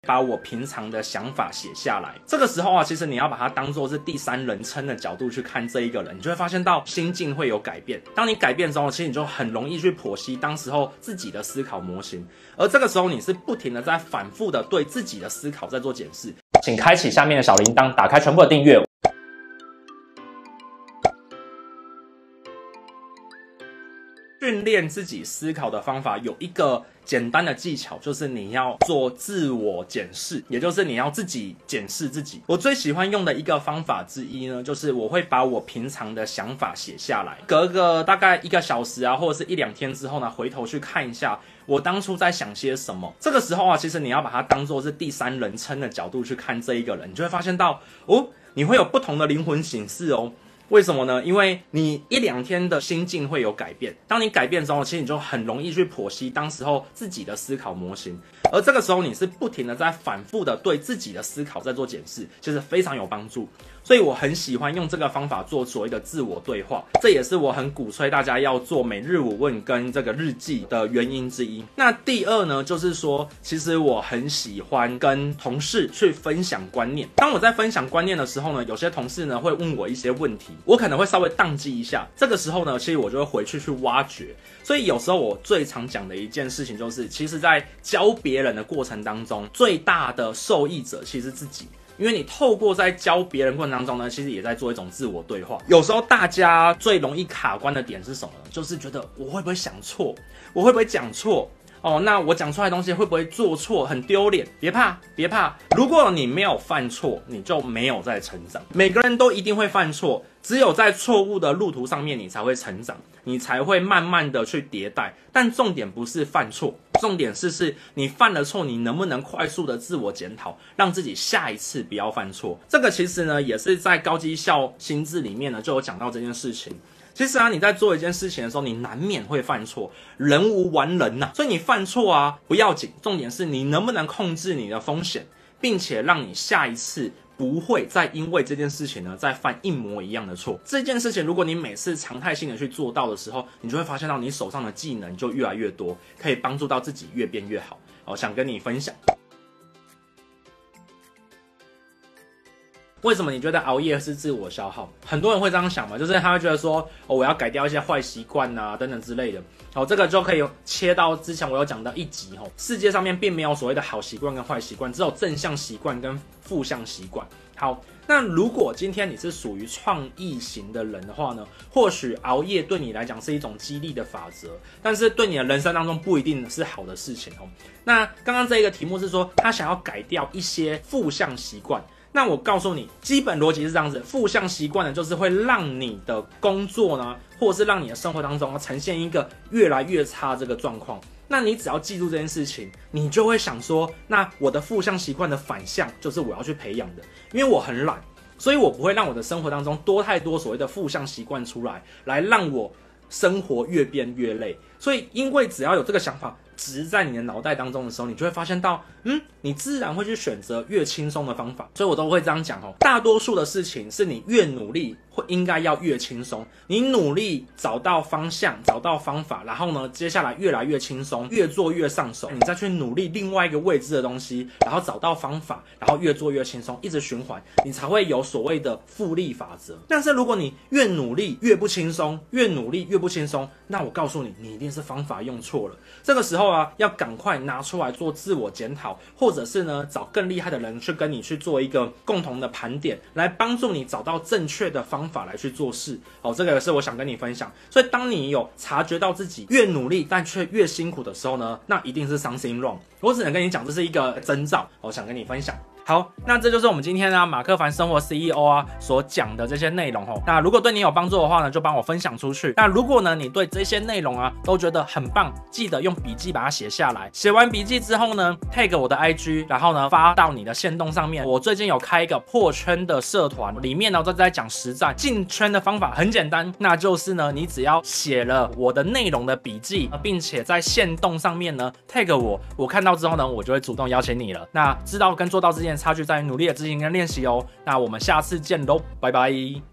把我平常的想法写下来。这个时候啊，其实你要把它当作是第三人称的角度去看这一个人，你就会发现到心境会有改变。当你改变之后，其实你就很容易去剖析当时候自己的思考模型，而这个时候你是不停的在反复的对自己的思考在做检视。请开启下面的小铃铛，打开全部的订阅。训练自己思考的方法有一个简单的技巧，就是你要做自我检视，也就是你要自己检视自己。我最喜欢用的一个方法之一呢，就是我会把我平常的想法写下来，隔个大概1个小时啊，或者是1-2天之后呢，回头去看一下我当初在想些什么。这个时候啊，其实你要把它当作是第三人称的角度去看这一个人，你就会发现到你会有不同的灵魂形式哦。为什么呢？因为你1-2天的心境会有改变，当你改变之后，其实你就很容易去剖析当时候自己的思考模型，而这个时候你是不停的在反复的对自己的思考在做检视，其实非常有帮助。所以我很喜欢用这个方法做所谓的自我对话，这也是我很鼓吹大家要做每日5问跟这个日记的原因之一。那第二呢，就是说其实我很喜欢跟同事去分享观念。当我在分享观念的时候呢，有些同事呢会问我一些问题，我可能会稍微宕机一下，这个时候呢，其实我就会回去挖掘。所以有时候我最常讲的一件事情就是，其实在教别人的过程当中，最大的受益者其实是自己。因为你透过在教别人过程当中呢，其实也在做一种自我对话。有时候大家最容易卡关的点是什么呢？就是觉得我会不会想错，我会不会讲错那我讲出来的东西会不会做错，很丢脸。别怕，别怕，如果你没有犯错，你就没有在成长。每个人都一定会犯错，只有在错误的路途上面，你才会成长，你才会慢慢的去迭代。但重点不是犯错，重点是你犯了错，你能不能快速的自我检讨，让自己下一次不要犯错。这个其实呢，也是在高绩效心智里面呢就有讲到这件事情。其实啊，你在做一件事情的时候，你难免会犯错，人无完人呐，所以你犯错啊不要紧，重点是你能不能控制你的风险，并且让你下一次不会再因为这件事情呢再犯一模一样的错。这件事情如果你每次常态性的去做到的时候，你就会发现到你手上的技能就越来越多，可以帮助到自己越变越好。我想跟你分享。为什么你觉得熬夜是自我消耗？很多人会这样想嘛，就是他会觉得说我要改掉一些坏习惯啊等等之类的。这个就可以切到之前我有讲到一集世界上面并没有所谓的好习惯跟坏习惯，只有正向习惯跟负向习惯。好，那如果今天你是属于创意型的人的话呢，或许熬夜对你来讲是一种激励的法则，但是对你的人生当中不一定是好的事情那刚刚这一个题目是说他想要改掉一些负向习惯。那我告诉你，基本逻辑是这样子，负向习惯呢，就是会让你的工作呢，或者是让你的生活当中呈现一个越来越差这个状况。那你只要记住这件事情，你就会想说，那我的负向习惯的反向就是我要去培养的，因为我很懒，所以我不会让我的生活当中多太多所谓的负向习惯出来让我生活越变越累。所以因为只要有这个想法植在你的脑袋当中的时候，你就会发现到你自然会去选择越轻松的方法。所以我都会这样讲大多数的事情是你越努力应该要越轻松，你努力找到方向，找到方法，然后呢接下来越来越轻松，越做越上手，你再去努力另外一个未知的东西，然后找到方法，然后越做越轻松，一直循环，你才会有所谓的复利法则。但是如果你越努力越不轻松，越努力越不轻松，那我告诉你，你一定是方法用错了。这个时候啊，要赶快拿出来做自我检讨，或者是呢找更厉害的人去跟你去做一个共同的盘点，来帮助你找到正确的方法来去做事。这个也是我想跟你分享。所以当你有察觉到自己越努力但却越辛苦的时候呢，那一定是 something wrong。我只能跟你讲，这是一个征兆，我想跟你分享。好，那这就是我们今天马克凡生活 CEO 所讲的这些内容那如果对你有帮助的话呢，就帮我分享出去。那如果呢你对这些内容都觉得很棒，记得用笔记把它写下来。写完笔记之后呢 tag 我的 IG， 然后呢发到你的限动上面。我最近有开一个破圈的社团，里面呢都在讲实战进圈的方法，很简单，那就是呢你只要写了我的内容的笔记，并且在限动上面呢 tag 我看到之后呢，我就会主动邀请你了。那知道跟做到之间差距在于努力的执行跟练习那我们下次见喽，拜拜。